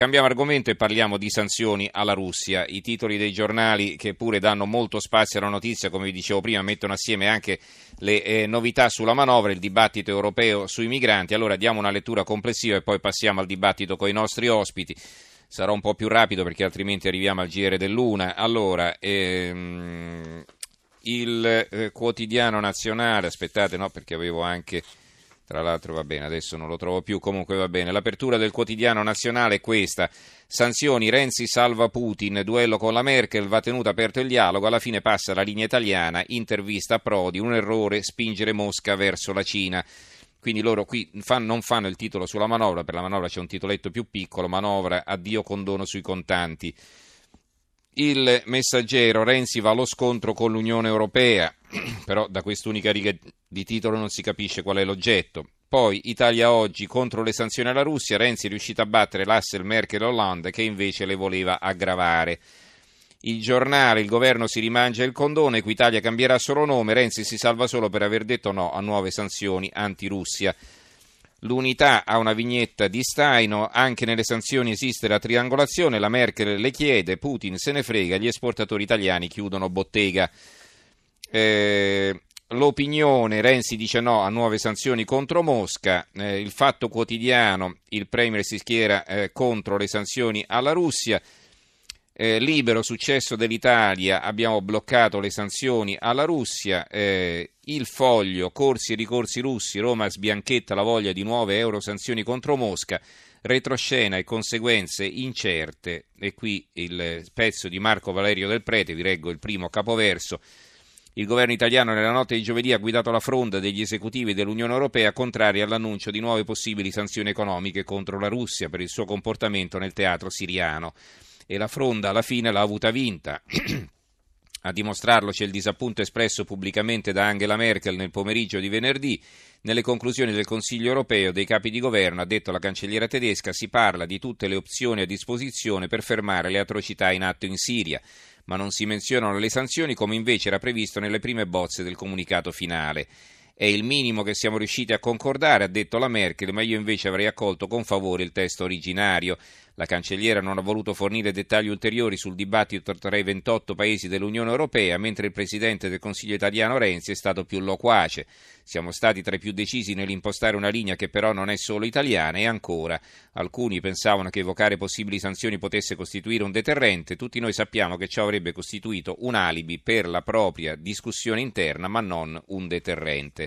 Cambiamo argomento e parliamo di sanzioni alla Russia. I titoli dei giornali, che pure danno molto spazio alla notizia, come vi dicevo prima, mettono assieme anche le novità sulla manovra, il dibattito europeo sui migranti. Allora diamo una lettura complessiva e poi passiamo al dibattito con i nostri ospiti. Sarò un po' più rapido perché altrimenti arriviamo al GR dell'una. Allora, il quotidiano nazionale, aspettate, no, perché avevo anche... Tra l'altro va bene, adesso non lo trovo più, comunque va bene. L'apertura del quotidiano nazionale è questa. Sanzioni, Renzi salva Putin, duello con la Merkel, va tenuto aperto il dialogo, alla fine passa la linea italiana, intervista a Prodi, un errore spingere Mosca verso la Cina. Quindi loro qui non fanno il titolo sulla manovra, per la manovra c'è un titoletto più piccolo, manovra, addio condono sui contanti. Il Messaggero, Renzi va allo scontro con l'Unione Europea, però da quest'unica riga di titolo non si capisce qual è l'oggetto. Poi Italia Oggi, contro le sanzioni alla Russia, Renzi è riuscito a battere l'Assel Merkel e Hollande che invece le voleva aggravare. Il Giornale, il governo si rimangia il condono, Equitalia cambierà solo nome, Renzi si salva solo per aver detto no a nuove sanzioni anti-Russia. L'Unità ha una vignetta di Staino, anche nelle sanzioni esiste la triangolazione, la Merkel le chiede, Putin se ne frega, gli esportatori italiani chiudono bottega. L'Opinione, Renzi dice no a nuove sanzioni contro Mosca. Il Fatto Quotidiano, il Premier si schiera contro le sanzioni alla Russia. Libero, successo dell'Italia, abbiamo bloccato le sanzioni alla Russia. Il Foglio, corsi e ricorsi russi, Roma sbianchetta la voglia di nuove eurosanzioni contro Mosca, retroscena e conseguenze incerte. E qui il pezzo di Marco Valerio Del Prete, vi leggo il primo capoverso. Il governo italiano nella notte di giovedì ha guidato la fronda degli esecutivi dell'Unione Europea contrari all'annuncio di nuove possibili sanzioni economiche contro la Russia per il suo comportamento nel teatro siriano. E la fronda alla fine l'ha avuta vinta. A dimostrarlo c'è il disappunto espresso pubblicamente da Angela Merkel nel pomeriggio di venerdì. Nelle conclusioni del Consiglio europeo dei capi di governo, ha detto la cancelliera tedesca, si parla di tutte le opzioni a disposizione per fermare le atrocità in atto in Siria, ma non si menzionano le sanzioni come invece era previsto nelle prime bozze del comunicato finale. È il minimo che siamo riusciti a concordare, ha detto la Merkel, ma io invece avrei accolto con favore il testo originario. La cancelliera non ha voluto fornire dettagli ulteriori sul dibattito tra i 28 paesi dell'Unione Europea, mentre il presidente del Consiglio italiano Renzi è stato più loquace. Siamo stati tra i più decisi nell'impostare una linea che però non è solo italiana e ancora. Alcuni pensavano che evocare possibili sanzioni potesse costituire un deterrente, tutti noi sappiamo che ciò avrebbe costituito un alibi per la propria discussione interna, ma non un deterrente.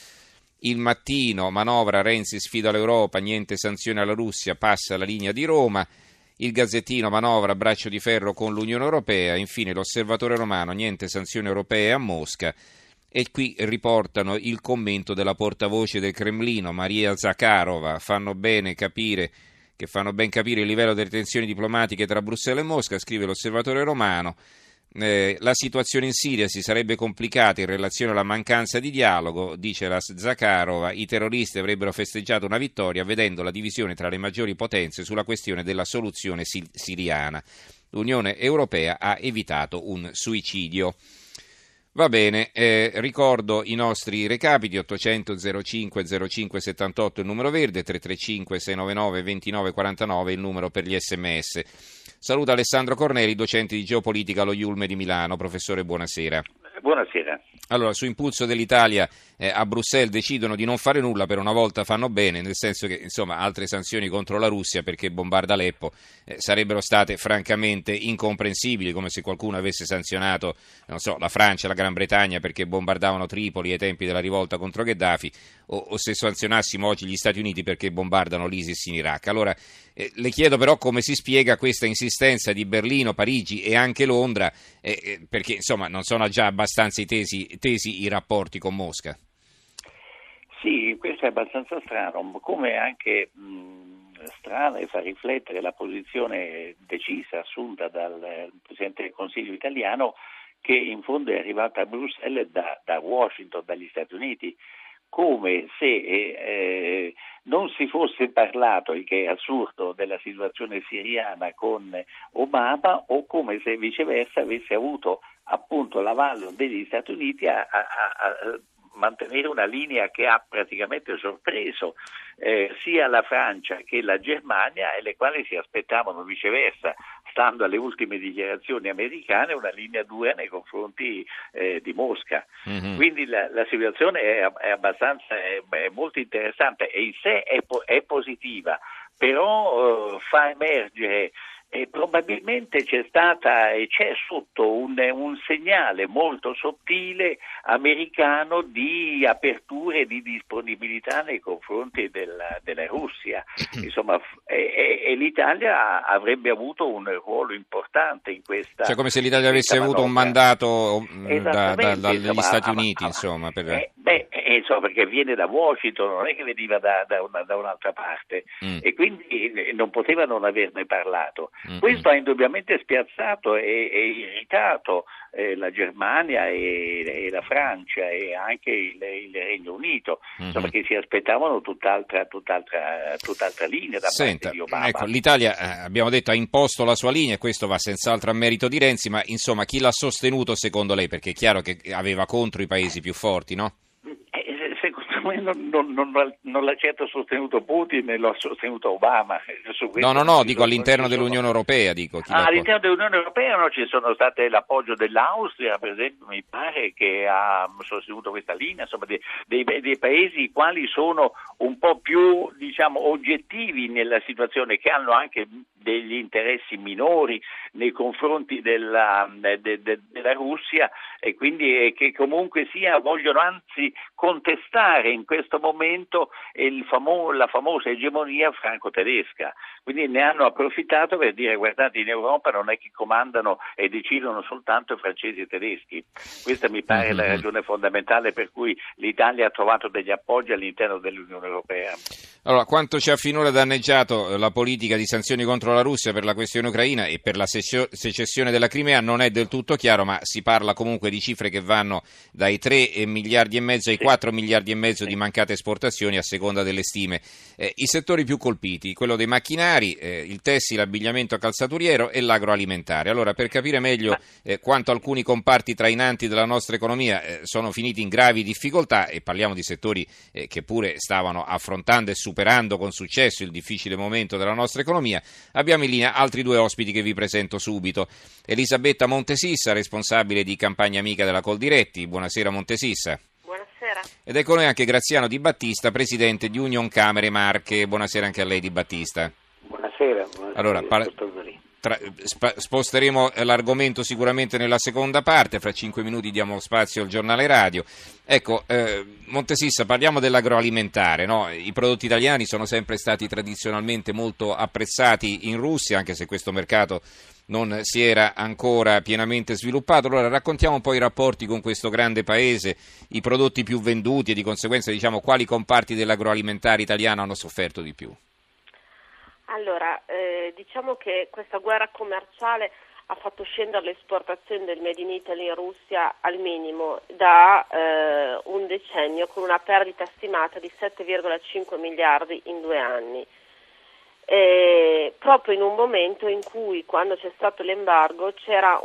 Il Mattino, manovra, Renzi sfida l'Europa, niente sanzioni alla Russia, passa la linea di Roma. Il Gazzettino, manovra, braccio di ferro con l'Unione Europea. Infine l'Osservatore Romano, niente sanzioni europee a Mosca. E qui riportano il commento della portavoce del Cremlino, Maria Zakharova, fanno ben capire il livello delle tensioni diplomatiche tra Bruxelles e Mosca, scrive l'Osservatore Romano. La situazione in Siria si sarebbe complicata in relazione alla mancanza di dialogo, dice la Zakharova, i terroristi avrebbero festeggiato una vittoria vedendo la divisione tra le maggiori potenze sulla questione della soluzione siriana. L'Unione Europea ha evitato un suicidio. Va bene, ricordo i nostri recapiti, 800 05 05 78 il numero verde, 335 699 2949 il numero per gli sms. Saluto Alessandro Corneli, docente di geopolitica allo IULM di Milano. Professore, buonasera. Buonasera. Allora, su impulso dell'Italia a Bruxelles decidono di non fare nulla, per una volta fanno bene, nel senso che insomma altre sanzioni contro la Russia perché bombarda Aleppo sarebbero state francamente incomprensibili, come se qualcuno avesse sanzionato, non so, la Francia e la Gran Bretagna perché bombardavano Tripoli ai tempi della rivolta contro Gheddafi, o se sanzionassimo oggi gli Stati Uniti perché bombardano l'ISIS in Iraq. Allora, le chiedo però come si spiega questa insistenza di Berlino, Parigi e anche Londra, perché insomma non sono già abbastanza tesi i rapporti con Mosca. Sì, questo è abbastanza strano, come anche strana e fa riflettere la posizione decisa assunta dal Presidente del Consiglio italiano, che in fondo è arrivata a Bruxelles da Washington, dagli Stati Uniti, come se non si fosse parlato, il che è assurdo, della situazione siriana con Obama, o come se viceversa avesse avuto appunto l'avallo degli Stati Uniti a mantenere una linea che ha praticamente sorpreso sia la Francia che la Germania, e le quali si aspettavano viceversa, stando alle ultime dichiarazioni americane, una linea dura nei confronti di Mosca. Mm-hmm. Quindi la situazione è abbastanza, è molto interessante e in sé è positiva, però fa emergere probabilmente c'è stata e c'è sotto un segnale molto sottile americano di apertura e di disponibilità nei confronti della Russia. Insomma, e l'Italia avrebbe avuto un ruolo importante in questa. Cioè come se l'Italia avesse avuto un mandato dagli Stati Uniti, insomma. Insomma, perché viene da Washington, non è che veniva da un'altra parte, e quindi non poteva non averne parlato. Questo ha indubbiamente spiazzato e irritato la Germania e la Francia e anche il Regno Unito, insomma, che si aspettavano tutt'altra linea da parte di Obama. Ecco, l'Italia, abbiamo detto, ha imposto la sua linea, e questo va senz'altro a merito di Renzi, ma insomma chi l'ha sostenuto secondo lei? Perché è chiaro che aveva contro i paesi più forti, no? Non l'ha certo sostenuto Putin, né l'ha sostenuto Obama. Dico all'interno dell'unione Europea. All'interno dell'Unione Europea ci sono state l'appoggio dell'Austria, per esempio, mi pare, che ha sostenuto questa linea, insomma, dei paesi i quali sono un po' più, diciamo, oggettivi nella situazione, che hanno anche degli interessi minori nei confronti della Russia, e quindi che comunque sia vogliono anzi contestare in questo momento la famosa egemonia franco-tedesca. Quindi ne hanno approfittato per dire: guardate, in Europa non è che comandano e decidono soltanto i francesi e i tedeschi. Questa mi pare la ragione fondamentale per cui l'Italia ha trovato degli appoggi all'interno dell'Unione Europea. Allora, quanto ci ha finora danneggiato la politica di sanzioni contro la Russia per la questione ucraina e per la secessione della Crimea non è del tutto chiaro, ma si parla comunque di cifre che vanno dai 3 miliardi e mezzo ai 4 miliardi e mezzo di mancate esportazioni a seconda delle stime. I settori più colpiti, quello dei macchinari, il tessile, l'abbigliamento calzaturiero e l'agroalimentare. Allora, per capire meglio quanto alcuni comparti trainanti della nostra economia sono finiti in gravi difficoltà, e parliamo di settori che pure stavano affrontando e superando con successo il difficile momento della nostra economia, abbiamo in linea altri 2 ospiti che vi presento subito. Elisabetta Montesissa, responsabile di Campagna Amica della Coldiretti. Buonasera Montesissa. Buonasera. Ed è con noi anche Graziano Di Battista, presidente di Union Camere Marche. Buonasera anche a lei, Di Battista. Buonasera. Allora, sposteremo l'argomento sicuramente nella seconda parte, fra 5 minuti diamo spazio al giornale radio. Ecco, Montesissa, parliamo dell'agroalimentare, no? I prodotti italiani sono sempre stati tradizionalmente molto apprezzati in Russia, anche se questo mercato non si era ancora pienamente sviluppato. Allora raccontiamo un po' i rapporti con questo grande paese, i prodotti più venduti e di conseguenza, diciamo, quali comparti dell'agroalimentare italiano hanno sofferto di più. Allora, diciamo che questa guerra commerciale ha fatto scendere le esportazioni del Made in Italy in Russia al minimo da un decennio, con una perdita stimata di 7,5 miliardi in 2 anni. Proprio in un momento in cui, quando c'è stato l'embargo, c'era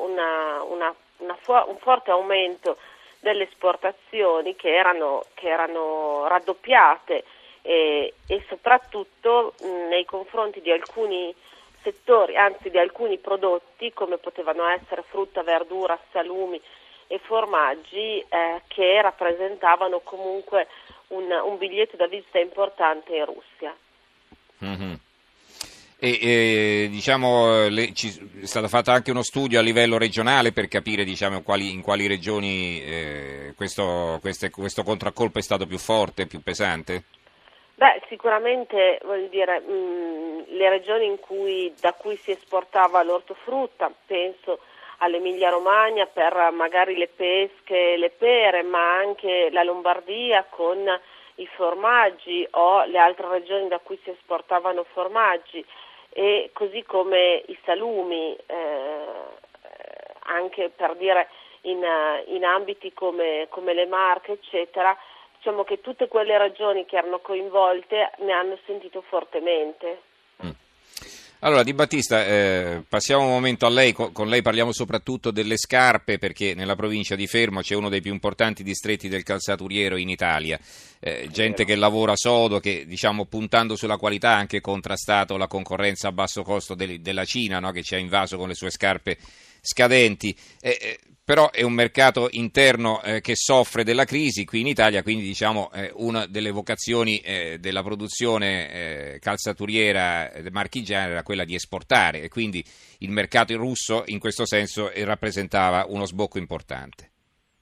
un forte aumento delle esportazioni che erano raddoppiate, e soprattutto nei confronti di alcuni settori, anzi di alcuni prodotti, come potevano essere frutta, verdura, salumi e formaggi, che rappresentavano comunque un biglietto da visita importante in Russia. Mm-hmm. Diciamo, è stato fatto anche uno studio a livello regionale per capire, diciamo, in quali regioni questo contraccolpo è stato più forte, più pesante? Beh, sicuramente, voglio dire, le regioni da cui si esportava l'ortofrutta, penso all'Emilia Romagna per magari le pesche, le pere, ma anche la Lombardia con i formaggi, o le altre regioni da cui si esportavano formaggi, e così come i salumi, anche per dire in ambiti come le Marche, eccetera. Diciamo che tutte quelle regioni che erano coinvolte ne hanno sentito fortemente. Allora, Di Battista, passiamo un momento a lei, con lei parliamo soprattutto delle scarpe, perché nella provincia di Fermo c'è uno dei più importanti distretti del calzaturiero in Italia, gente che lavora sodo, che diciamo puntando sulla qualità ha anche contrastato la concorrenza a basso costo della Cina, no? Che ci ha invaso con le sue scarpe scadenti. Però è un mercato interno che soffre della crisi qui in Italia, quindi diciamo una delle vocazioni della produzione calzaturiera marchigiana era quella di esportare, e quindi il mercato russo in questo senso rappresentava uno sbocco importante.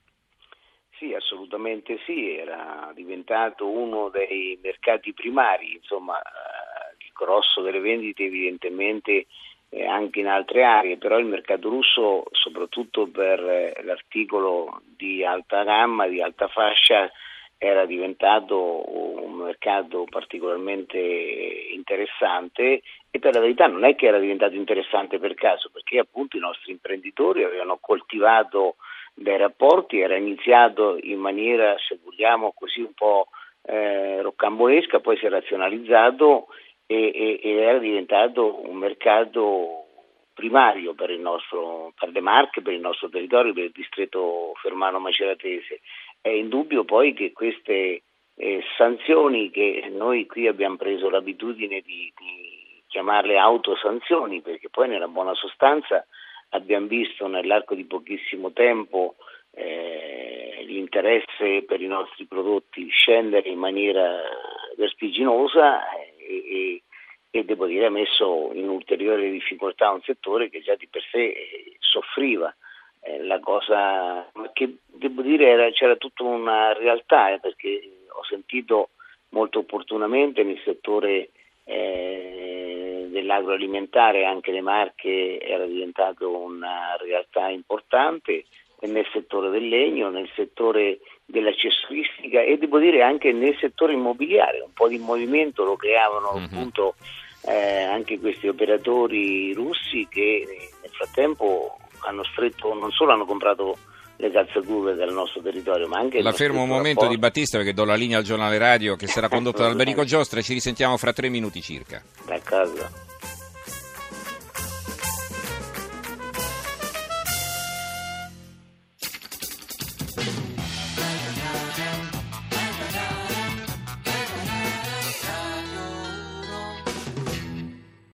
Sì, assolutamente sì, era diventato uno dei mercati primari, insomma il grosso delle vendite evidentemente anche in altre aree, però il mercato russo, soprattutto per l'articolo di alta gamma, di alta fascia, era diventato un mercato particolarmente interessante, e per la verità non è che era diventato interessante per caso, perché appunto i nostri imprenditori avevano coltivato dei rapporti, era iniziato in maniera, se vogliamo, così un po' roccambolesca, poi si è razionalizzato e era diventato un mercato primario per le Marche, per il nostro territorio, per il distretto fermano-maceratese. È indubbio poi che queste sanzioni, che noi qui abbiamo preso l'abitudine di chiamarle autosanzioni, perché poi nella buona sostanza abbiamo visto nell'arco di pochissimo tempo l'interesse per i nostri prodotti scendere in maniera vertiginosa e devo dire ha messo in ulteriore difficoltà un settore che già di per sé soffriva. La cosa, ma che devo dire c'era tutta una realtà, perché ho sentito molto opportunamente nel settore dell'agroalimentare anche le Marche era diventato una realtà importante, e nel settore del legno, nel settore dell'accessoristica e devo dire anche nel settore immobiliare un po' di movimento lo creavano appunto anche questi operatori russi che nel frattempo non solo hanno comprato le calzature del nostro territorio, ma anche... La fermo un momento Di Battista, perché do la linea al giornale radio che sarà condotto da Alberico Giostra, e ci risentiamo fra 3 minuti circa. D'accordo.